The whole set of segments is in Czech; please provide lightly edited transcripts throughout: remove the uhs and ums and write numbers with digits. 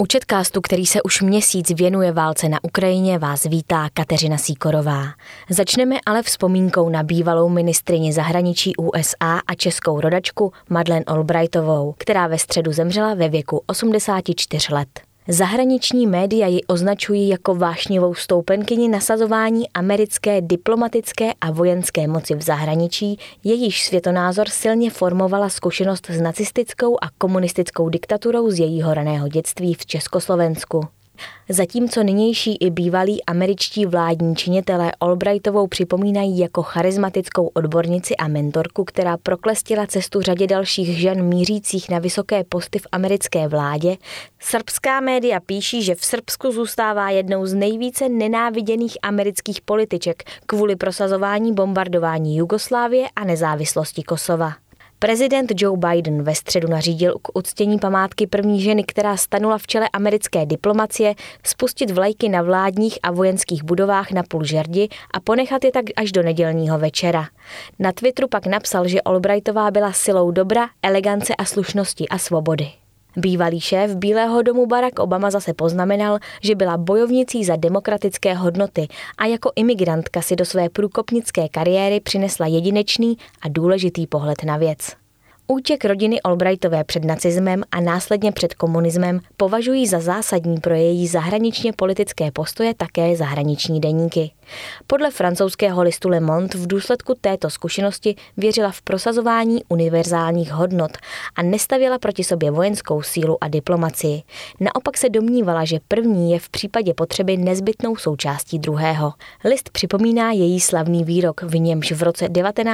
U Četcastu, který se už měsíc věnuje válce na Ukrajině, vás vítá Kateřina Sýkorová. Začneme ale vzpomínkou na bývalou ministryni zahraničí USA a českou rodačku Madeleine Albrightovou, která ve středu zemřela ve věku 84 let. Zahraniční média ji označují jako vášnivou stoupenkyni nasazování americké diplomatické a vojenské moci v zahraničí, jejíž světonázor silně formovala zkušenost s nacistickou a komunistickou diktaturou z jejího raného dětství v Československu. Zatímco nynější i bývalí američtí vládní činitelé Albrightovou připomínají jako charismatickou odbornici a mentorku, která proklestila cestu řadě dalších žen mířících na vysoké posty v americké vládě, srbská média píší, že v Srbsku zůstává jednou z nejvíce nenáviděných amerických političek kvůli prosazování bombardování Jugoslávie a nezávislosti Kosova. Prezident Joe Biden ve středu nařídil k uctění památky první ženy, která stanula v čele americké diplomacie, spustit vlajky na vládních a vojenských budovách na půl žerdi a ponechat je tak až do nedělního večera. Na Twitteru pak napsal, že Albrightová byla silou dobra, elegance a slušnosti a svobody. Bývalý šéf Bílého domu Barack Obama zase poznamenal, že byla bojovnicí za demokratické hodnoty a jako imigrantka si do své průkopnické kariéry přinesla jedinečný a důležitý pohled na věc. Útěk rodiny Albrightové před nacismem a následně před komunismem považují za zásadní pro její zahraničně politické postoje také zahraniční deníky. Podle francouzského listu Le Monde v důsledku této zkušenosti věřila v prosazování univerzálních hodnot a nestavěla proti sobě vojenskou sílu a diplomacii. Naopak se domnívala, že první je v případě potřeby nezbytnou součástí druhého. List připomíná její slavný výrok, v němž v roce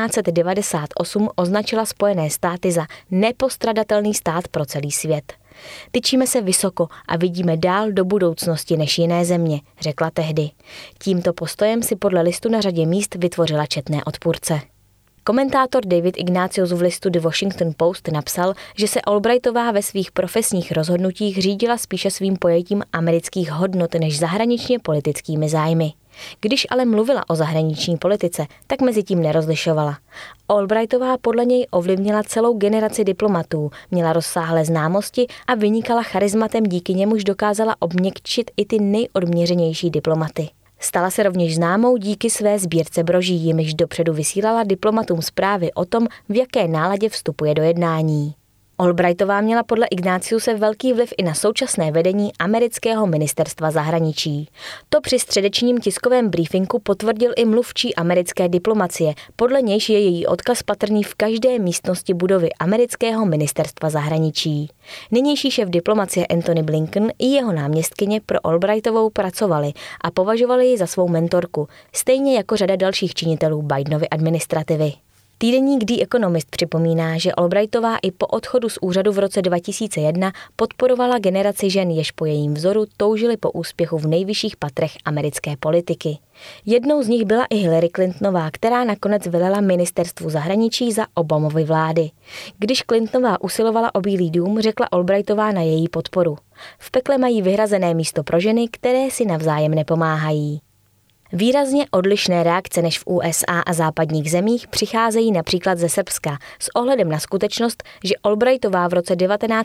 1998 označila Spojené státy za nepostradatelný stát pro celý svět. Tyčíme se vysoko a vidíme dál do budoucnosti než jiné země, řekla tehdy. Tímto postojem si podle listu na řadě míst vytvořila četné odpůrce. Komentátor David Ignatius v listu The Washington Post napsal, že se Albrightová ve svých profesních rozhodnutích řídila spíše svým pojetím amerických hodnot než zahraničně politickými zájmy. Když ale mluvila o zahraniční politice, tak mezi tím nerozlišovala. Albrightová podle něj ovlivnila celou generaci diplomatů, měla rozsáhlé známosti a vynikala charizmatem, díky němuž dokázala obměkčit i ty nejodměřenější diplomaty. Stala se rovněž známou díky své sbírce broží, jimiž dopředu vysílala diplomatům zprávy o tom, v jaké náladě vstupuje do jednání. Albrightová měla podle Ignáciuse velký vliv i na současné vedení amerického ministerstva zahraničí. To při středečním tiskovém briefingu potvrdil i mluvčí americké diplomacie, podle nějž je její odkaz patrný v každé místnosti budovy amerického ministerstva zahraničí. Nynější šéf diplomacie Antony Blinken i jeho náměstkyně pro Albrightovou pracovali a považovali ji za svou mentorku, stejně jako řada dalších činitelů Bidenovy administrativy. Týdeník The Economist připomíná, že Albrightová i po odchodu z úřadu v roce 2001 podporovala generaci žen, jež po jejím vzoru toužily po úspěchu v nejvyšších patrech americké politiky. Jednou z nich byla i Hillary Clintonová, která nakonec velela ministerstvu zahraničí za Obamovy vlády. Když Clintonová usilovala o Bílý dům, řekla Albrightová na její podporu. V pekle mají vyhrazené místo pro ženy, které si navzájem nepomáhají. Výrazně odlišné reakce než v USA a západních zemích přicházejí například ze Srbska s ohledem na skutečnost, že Albrightová v roce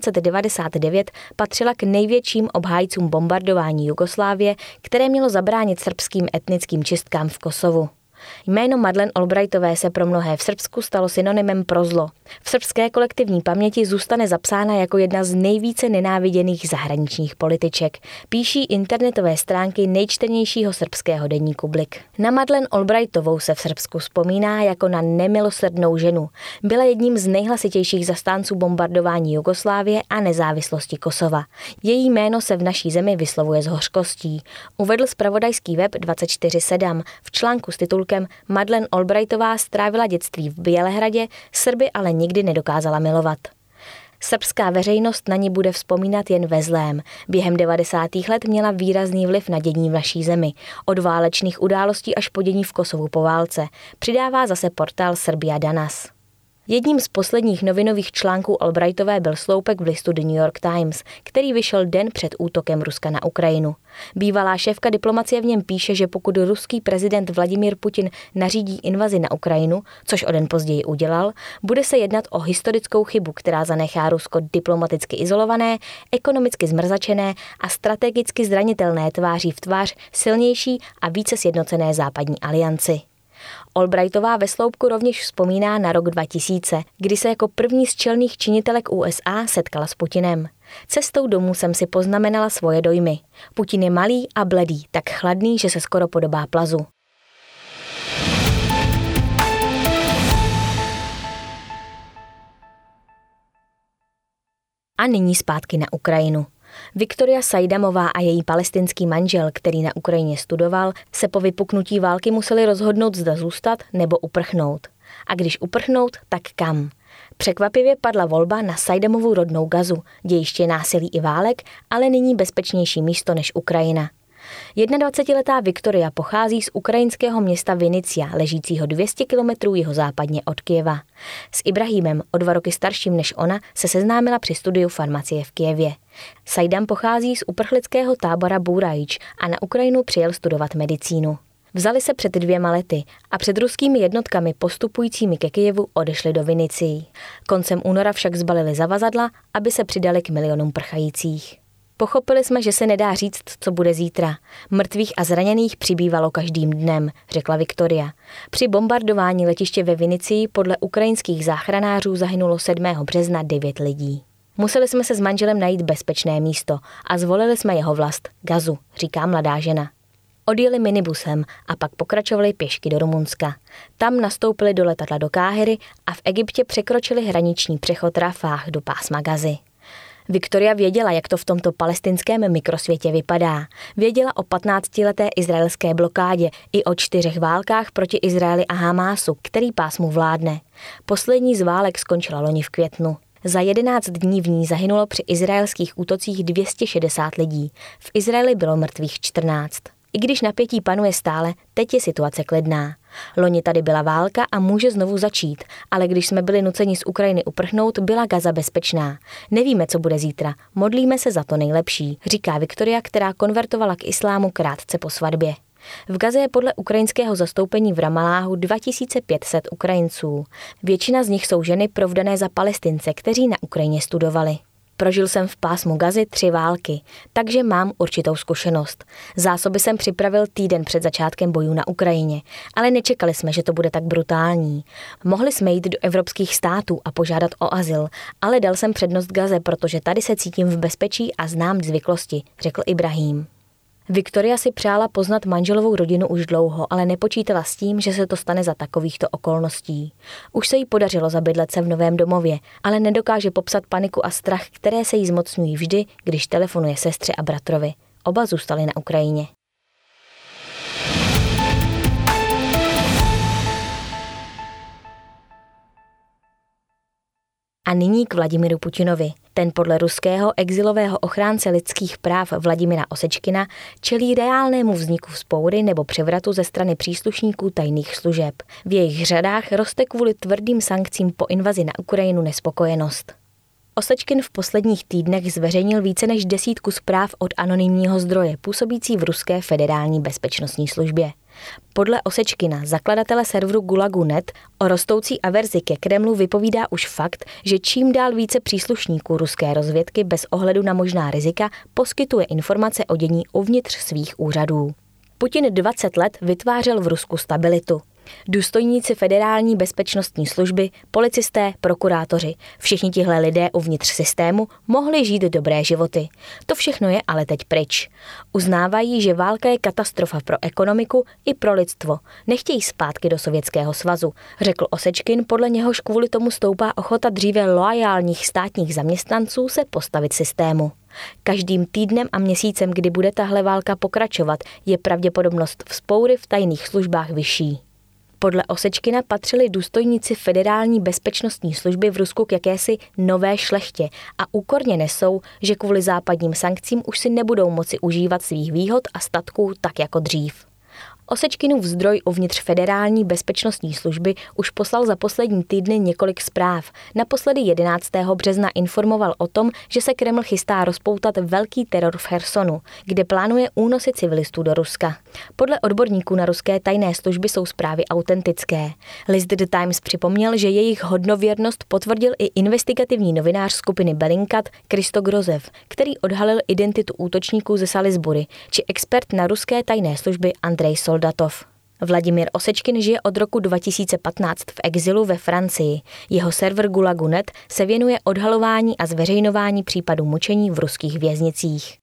1999 patřila k největším obhájcům bombardování Jugoslávie, které mělo zabránit srbským etnickým čistkám v Kosovu. Jméno Madeleine Albrightové se pro mnohé v Srbsku stalo synonymem pro zlo. V srbské kolektivní paměti zůstane zapsána jako jedna z nejvíce nenáviděných zahraničních političek, píší internetové stránky nejčtenějšího srbského deníku Blik. Na Madeleine Albrightovou se v Srbsku vzpomíná jako na nemilosrdnou ženu. Byla jedním z nejhlasitějších zastánců bombardování Jugoslávie a nezávislosti Kosova. Její jméno se v naší zemi vyslovuje s hořkostí. Uvedl zpravodajský web 24/7 v článku s titulkem Madeleine Albrightová strávila dětství v Bělehradě, Srby ale nikdy nedokázala milovat. Srbská veřejnost na ní bude vzpomínat jen ve zlém. Během 90. let měla výrazný vliv na dění v naší zemi. Od válečných událostí až po dění v Kosovu po válce. Přidává zase portál Srbija Danas. Jedním z posledních novinových článků Albrightové byl sloupek v listu The New York Times, který vyšel den před útokem Ruska na Ukrajinu. Bývalá šéfka diplomacie v něm píše, že pokud ruský prezident Vladimír Putin nařídí invazi na Ukrajinu, což o den později udělal, bude se jednat o historickou chybu, která zanechá Rusko diplomaticky izolované, ekonomicky zmrzačené a strategicky zranitelné tváří v tvář silnější a více sjednocené západní alianci. Albrightová ve sloupku rovněž vzpomíná na rok 2000, kdy se jako první z čelných činitelek USA setkala s Putinem. Cestou domů jsem si poznamenala svoje dojmy. Putin je malý a bledý, tak chladný, že se skoro podobá plazu. A nyní zpátky na Ukrajinu. Viktoria Sajdamová a její palestinský manžel, který na Ukrajině studoval, se po vypuknutí války museli rozhodnout, zda zůstat nebo uprchnout. A když uprchnout, tak kam? Překvapivě padla volba na Sajdamovu rodnou Gazu, dějiště násilí i válek, ale nyní bezpečnější místo než Ukrajina. 21letá Viktoria pochází z ukrajinského města Vinicia, ležícího 200 kilometrů jihozápadně od Kyjeva. S Ibrahimem, o 2 roky starším než ona, se seznámila při studiu farmacie v Kyjevě. Sajdam pochází z uprchlického tábora Buraič a na Ukrajinu přijel studovat medicínu. Vzali se před 2 lety a před ruskými jednotkami postupujícími ke Kyjevu odešli do Vinicii. Koncem února však zbalili zavazadla, aby se přidali k milionům prchajících. Pochopili jsme, že se nedá říct, co bude zítra. Mrtvých a zraněných přibývalo každým dnem, řekla Viktoria. Při bombardování letiště ve Vinicii podle ukrajinských záchranářů zahynulo 7. března 9 lidí. Museli jsme se s manželem najít bezpečné místo a zvolili jsme jeho vlast, Gazu, říká mladá žena. Odjeli minibusem a pak pokračovali pěšky do Rumunska. Tam nastoupili do letadla do Káhiry a v Egyptě překročili hraniční přechod Rafah do pásma Gazy. Viktoria věděla, jak to v tomto palestinském mikrosvětě vypadá. Věděla o 15leté izraelské blokádě i o 4 válkách proti Izraeli a Hamásu, který pásmu vládne. Poslední z válek skončila loni v květnu. Za 11 dní v ní zahynulo při izraelských útocích 260 lidí. V Izraeli bylo mrtvých 14. I když napětí panuje stále, teď je situace klidná. Loni tady byla válka a může znovu začít, ale když jsme byli nuceni z Ukrajiny uprchnout, byla Gaza bezpečná. Nevíme, co bude zítra, modlíme se za to nejlepší, říká Viktoria, která konvertovala k islámu krátce po svatbě. V Gaze je podle ukrajinského zastoupení v Ramalláhu 2500 Ukrajinců. Většina z nich jsou ženy provdané za Palestince, kteří na Ukrajině studovali. Prožil jsem v pásmu Gazy 3 války, takže mám určitou zkušenost. Zásoby jsem připravil týden před začátkem bojů na Ukrajině, ale nečekali jsme, že to bude tak brutální. Mohli jsme jít do evropských států a požádat o azyl, ale dal jsem přednost Gaze, protože tady se cítím v bezpečí a znám zvyklosti, řekl Ibrahim. Viktoria si přála poznat manželovou rodinu už dlouho, ale nepočítala s tím, že se to stane za takovýchto okolností. Už se jí podařilo zabydlet se v novém domově, ale nedokáže popsat paniku a strach, které se jí zmocňují vždy, když telefonuje sestře a bratrovi. Oba zůstali na Ukrajině. A nyní k Vladimiru Putinovi. Ten podle ruského exilového ochránce lidských práv Vladimira Osečkina čelí reálnému vzniku vzpoury nebo převratu ze strany příslušníků tajných služeb. V jejich řadách roste kvůli tvrdým sankcím po invazi na Ukrajinu nespokojenost. Osečkin v posledních týdnech zveřejnil více než 10 zpráv od anonymního zdroje působící v ruské federální bezpečnostní službě. Podle Osečkina, zakladatele serveru Gulagu.net, o rostoucí averzi ke Kremlu vypovídá už fakt, že čím dál více příslušníků ruské rozvědky bez ohledu na možná rizika poskytuje informace o dění uvnitř svých úřadů. Putin 20 let vytvářel v Rusku stabilitu. Důstojníci federální bezpečnostní služby, policisté, prokurátoři, všichni tihle lidé uvnitř systému mohli žít dobré životy. To všechno je ale teď pryč. Uznávají, že válka je katastrofa pro ekonomiku i pro lidstvo. Nechtějí zpátky do Sovětského svazu, řekl Osečkin, podle něhož kvůli tomu stoupá ochota dříve loajálních státních zaměstnanců se postavit systému. Každým týdnem a měsícem, kdy bude tahle válka pokračovat, je pravděpodobnost vzpoury v tajných službách vyšší. Podle Osečkina patřili důstojníci federální bezpečnostní služby v Rusku k jakési nové šlechtě a úkorně nesou, že kvůli západním sankcím už si nebudou moci užívat svých výhod a statků tak jako dřív. Osečkinův zdroj uvnitř Federální bezpečnostní služby už poslal za poslední týdny několik zpráv. Naposledy 11. března informoval o tom, že se Kreml chystá rozpoutat velký teror v Chersonu, kde plánuje únosy civilistů do Ruska. Podle odborníků na ruské tajné služby jsou zprávy autentické. List The Times připomněl, že jejich hodnověrnost potvrdil i investigativní novinář skupiny Bellingcat Christo Grozev, který odhalil identitu útočníků ze Salisbury, či expert na ruské tajné služby Andrej Soldatov. Vladimír Osečkin žije od roku 2015 v exilu ve Francii. Jeho server Gulagu.net se věnuje odhalování a zveřejňování případů mučení v ruských věznicích.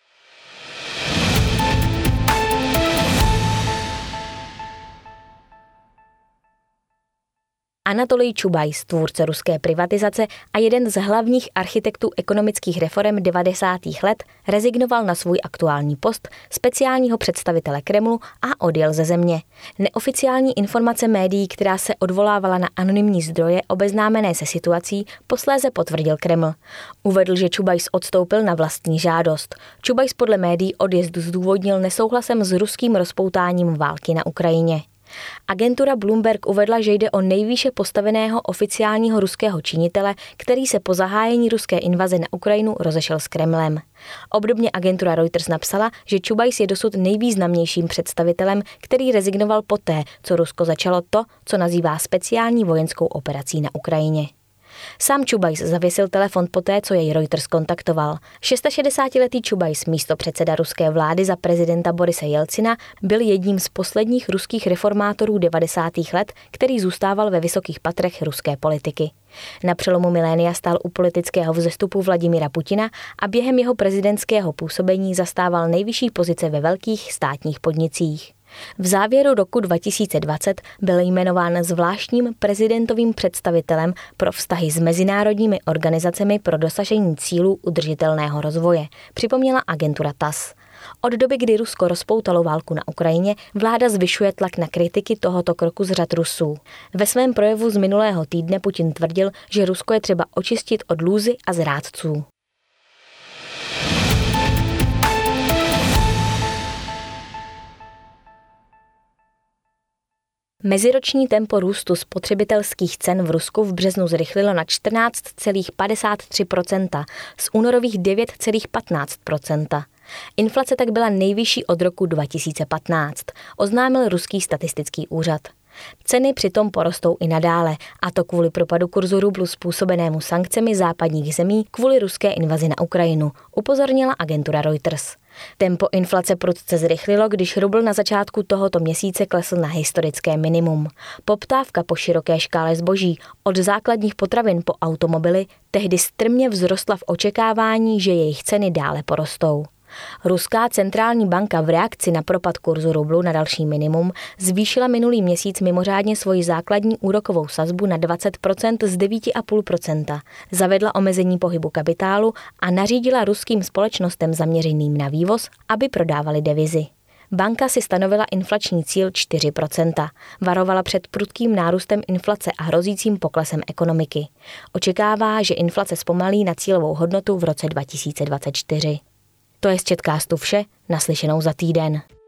Anatolij Čubajs, tvůrce ruské privatizace a jeden z hlavních architektů ekonomických reforem 90. let, rezignoval na svůj aktuální post speciálního představitele Kremlu a odjel ze země. Neoficiální informace médií, která se odvolávala na anonymní zdroje obeznámené se situací, posléze potvrdil Kreml. Uvedl, že Čubajs odstoupil na vlastní žádost. Čubajs podle médií odjezd zdůvodnil nesouhlasem s ruským rozpoutáním války na Ukrajině. Agentura Bloomberg uvedla, že jde o nejvýše postaveného oficiálního ruského činitele, který se po zahájení ruské invaze na Ukrajinu rozešel s Kremlem. Obdobně agentura Reuters napsala, že Čubajs je dosud nejvýznamnějším představitelem, který rezignoval poté, co Rusko začalo to, co nazývá speciální vojenskou operací na Ukrajině. Sám Čubajs zavěsil telefon poté, co jej Reuters kontaktoval. 66letý Čubajs, místopředseda ruské vlády za prezidenta Borise Jelcina, byl jedním z posledních ruských reformátorů 90. let, který zůstával ve vysokých patrech ruské politiky. Na přelomu milénia stál u politického vzestupu Vladimira Putina a během jeho prezidentského působení zastával nejvyšší pozice ve velkých státních podnicích. V závěru roku 2020 byl jmenován zvláštním prezidentovým představitelem pro vztahy s mezinárodními organizacemi pro dosažení cílů udržitelného rozvoje, připomněla agentura TASS. Od doby, kdy Rusko rozpoutalo válku na Ukrajině, vláda zvyšuje tlak na kritiky tohoto kroku z řad Rusů. Ve svém projevu z minulého týdne Putin tvrdil, že Rusko je třeba očistit od lůzy a zrádců. Meziroční tempo růstu spotřebitelských cen v Rusku v březnu zrychlilo na 14,53% z únorových 9,15%. Inflace tak byla nejvyšší od roku 2015, oznámil ruský statistický úřad. Ceny přitom porostou i nadále, a to kvůli propadu kurzu rublu způsobenému sankcemi západních zemí kvůli ruské invazi na Ukrajinu, upozornila agentura Reuters. Tempo inflace prudce zrychlilo, když rubl na začátku tohoto měsíce klesl na historické minimum. Poptávka po široké škále zboží, od základních potravin po automobily, tehdy strmě vzrostla v očekávání, že jejich ceny dále porostou. Ruská centrální banka v reakci na propad kurzu rublu na další minimum zvýšila minulý měsíc mimořádně svoji základní úrokovou sazbu na 20% z 9,5%, zavedla omezení pohybu kapitálu a nařídila ruským společnostem zaměřeným na vývoz, aby prodávali devizy. Banka si stanovila inflační cíl 4%, varovala před prudkým nárůstem inflace a hrozícím poklesem ekonomiky. Očekává, že inflace zpomalí na cílovou hodnotu v roce 2024. To je z Četcastu vše, naslyšenou za týden.